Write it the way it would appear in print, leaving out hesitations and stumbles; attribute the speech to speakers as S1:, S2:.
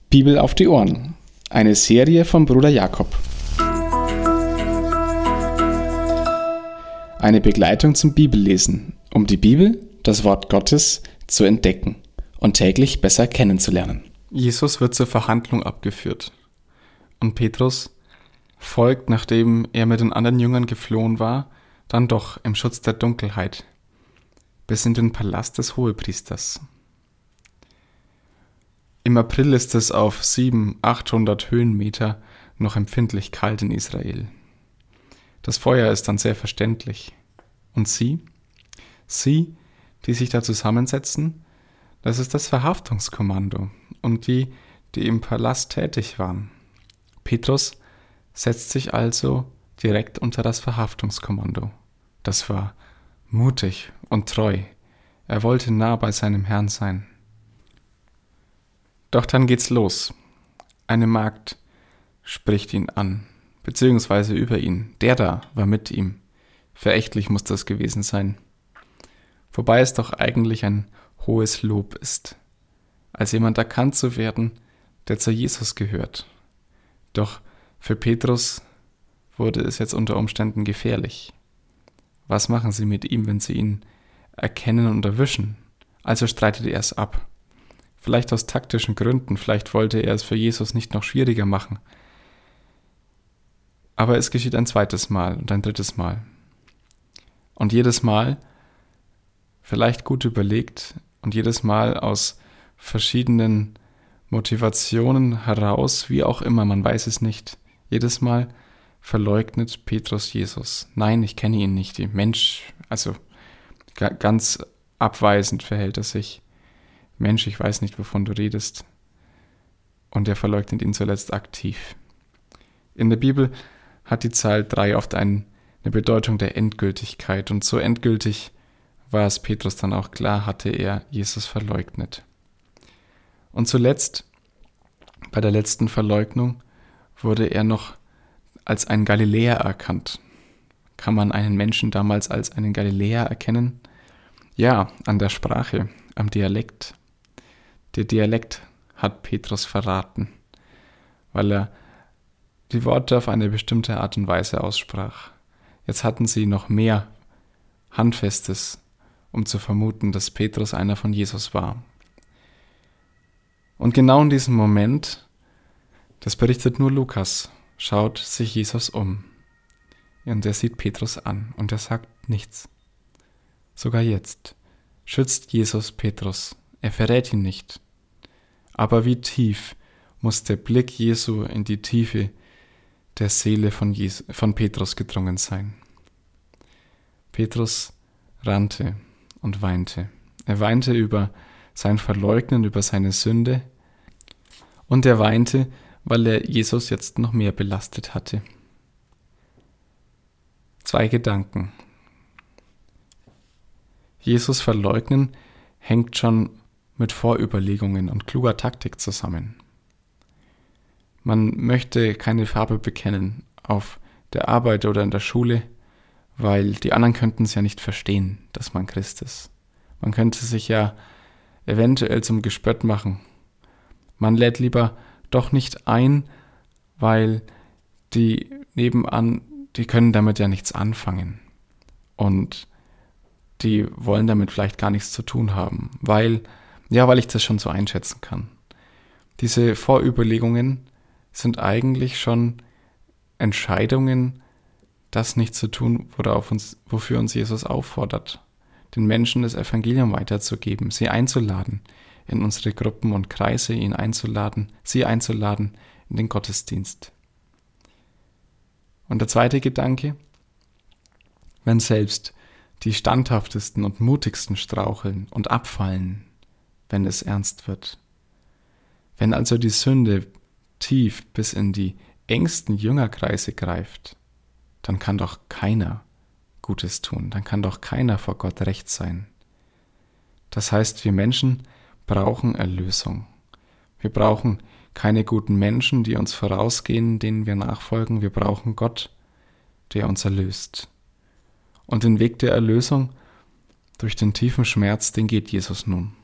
S1: Bibel auf die Ohren. Eine Serie von Bruder Jakob. Eine Begleitung zum Bibellesen, um die Bibel, das Wort Gottes, zu entdecken und täglich besser kennenzulernen.
S2: Jesus wird zur Verhandlung abgeführt. Und Petrus folgt, nachdem er mit den anderen Jüngern geflohen war, dann doch im Schutz der Dunkelheit bis in den Palast des Hohepriesters. Im April ist es auf 700-800 Höhenmeter noch empfindlich kalt in Israel. Das Feuer ist dann sehr verständlich. Und sie, die sich da zusammensetzen, das ist das Verhaftungskommando und die im Palast tätig waren. Petrus setzt sich also direkt unter das Verhaftungskommando. Das war mutig und treu. Er wollte nah bei seinem Herrn sein. Doch dann geht's los. Eine Magd spricht ihn an, beziehungsweise über ihn. Der da war mit ihm. Verächtlich muss das gewesen sein. Wobei es doch eigentlich ein hohes Lob ist, als jemand erkannt zu werden, der zu Jesus gehört. Doch für Petrus wurde es jetzt unter Umständen gefährlich. Was machen sie mit ihm, wenn sie ihn erkennen und erwischen? Also streitet er es ab. Vielleicht aus taktischen Gründen, vielleicht wollte er es für Jesus nicht noch schwieriger machen. Aber es geschieht ein zweites Mal und ein drittes Mal. Und jedes Mal, vielleicht gut überlegt und jedes Mal aus verschiedenen Motivationen heraus, wie auch immer, man weiß es nicht. Jedes Mal verleugnet Petrus Jesus. Nein, ich kenne ihn nicht. Mensch, also ganz abweisend verhält er sich. Mensch, ich weiß nicht, wovon du redest. Und er verleugnet ihn zuletzt aktiv. In der Bibel hat die Zahl 3 oft eine Bedeutung der Endgültigkeit. Und so endgültig war es Petrus dann auch klar, hatte er Jesus verleugnet. Und zuletzt, bei der letzten Verleugnung, wurde er noch als ein Galiläer erkannt. Kann man einen Menschen damals als einen Galiläer erkennen? Ja, an der Sprache, am Dialekt. Der Dialekt hat Petrus verraten, weil er die Worte auf eine bestimmte Art und Weise aussprach. Jetzt hatten sie noch mehr Handfestes, um zu vermuten, dass Petrus einer von Jesus war. Und genau in diesem Moment, das berichtet nur Lukas, schaut sich Jesus um. Und er sieht Petrus an und er sagt nichts. Sogar jetzt schützt Jesus Petrus. Er verrät ihn nicht. Aber wie tief muss der Blick Jesu in die Tiefe der Seele von Petrus gedrungen sein. Petrus rannte und weinte. Er weinte über sein Verleugnen, über seine Sünde. Und er weinte, weil er Jesus jetzt noch mehr belastet hatte. 2 Gedanken. Jesus verleugnen hängt schon mit Vorüberlegungen und kluger Taktik zusammen. Man möchte keine Farbe bekennen auf der Arbeit oder in der Schule, weil die anderen könnten es ja nicht verstehen, dass man Christ ist. Man könnte sich ja eventuell zum Gespött machen. Man lädt lieber doch nicht ein, weil die nebenan, die können damit ja nichts anfangen. Und die wollen damit vielleicht gar nichts zu tun haben, weil ich das schon so einschätzen kann. Diese Vorüberlegungen sind eigentlich schon Entscheidungen, das nicht zu tun, wofür uns Jesus auffordert, den Menschen das Evangelium weiterzugeben, sie einzuladen in unsere Gruppen und Kreise, sie einzuladen in den Gottesdienst. Und der zweite Gedanke, wenn selbst die standhaftesten und mutigsten straucheln und abfallen, wenn es ernst wird. Wenn also die Sünde tief bis in die engsten Jüngerkreise greift, dann kann doch keiner Gutes tun, dann kann doch keiner vor Gott recht sein. Das heißt, wir Menschen brauchen Erlösung. Wir brauchen keine guten Menschen, die uns vorausgehen, denen wir nachfolgen. Wir brauchen Gott, der uns erlöst. Und den Weg der Erlösung durch den tiefen Schmerz, den geht Jesus nun.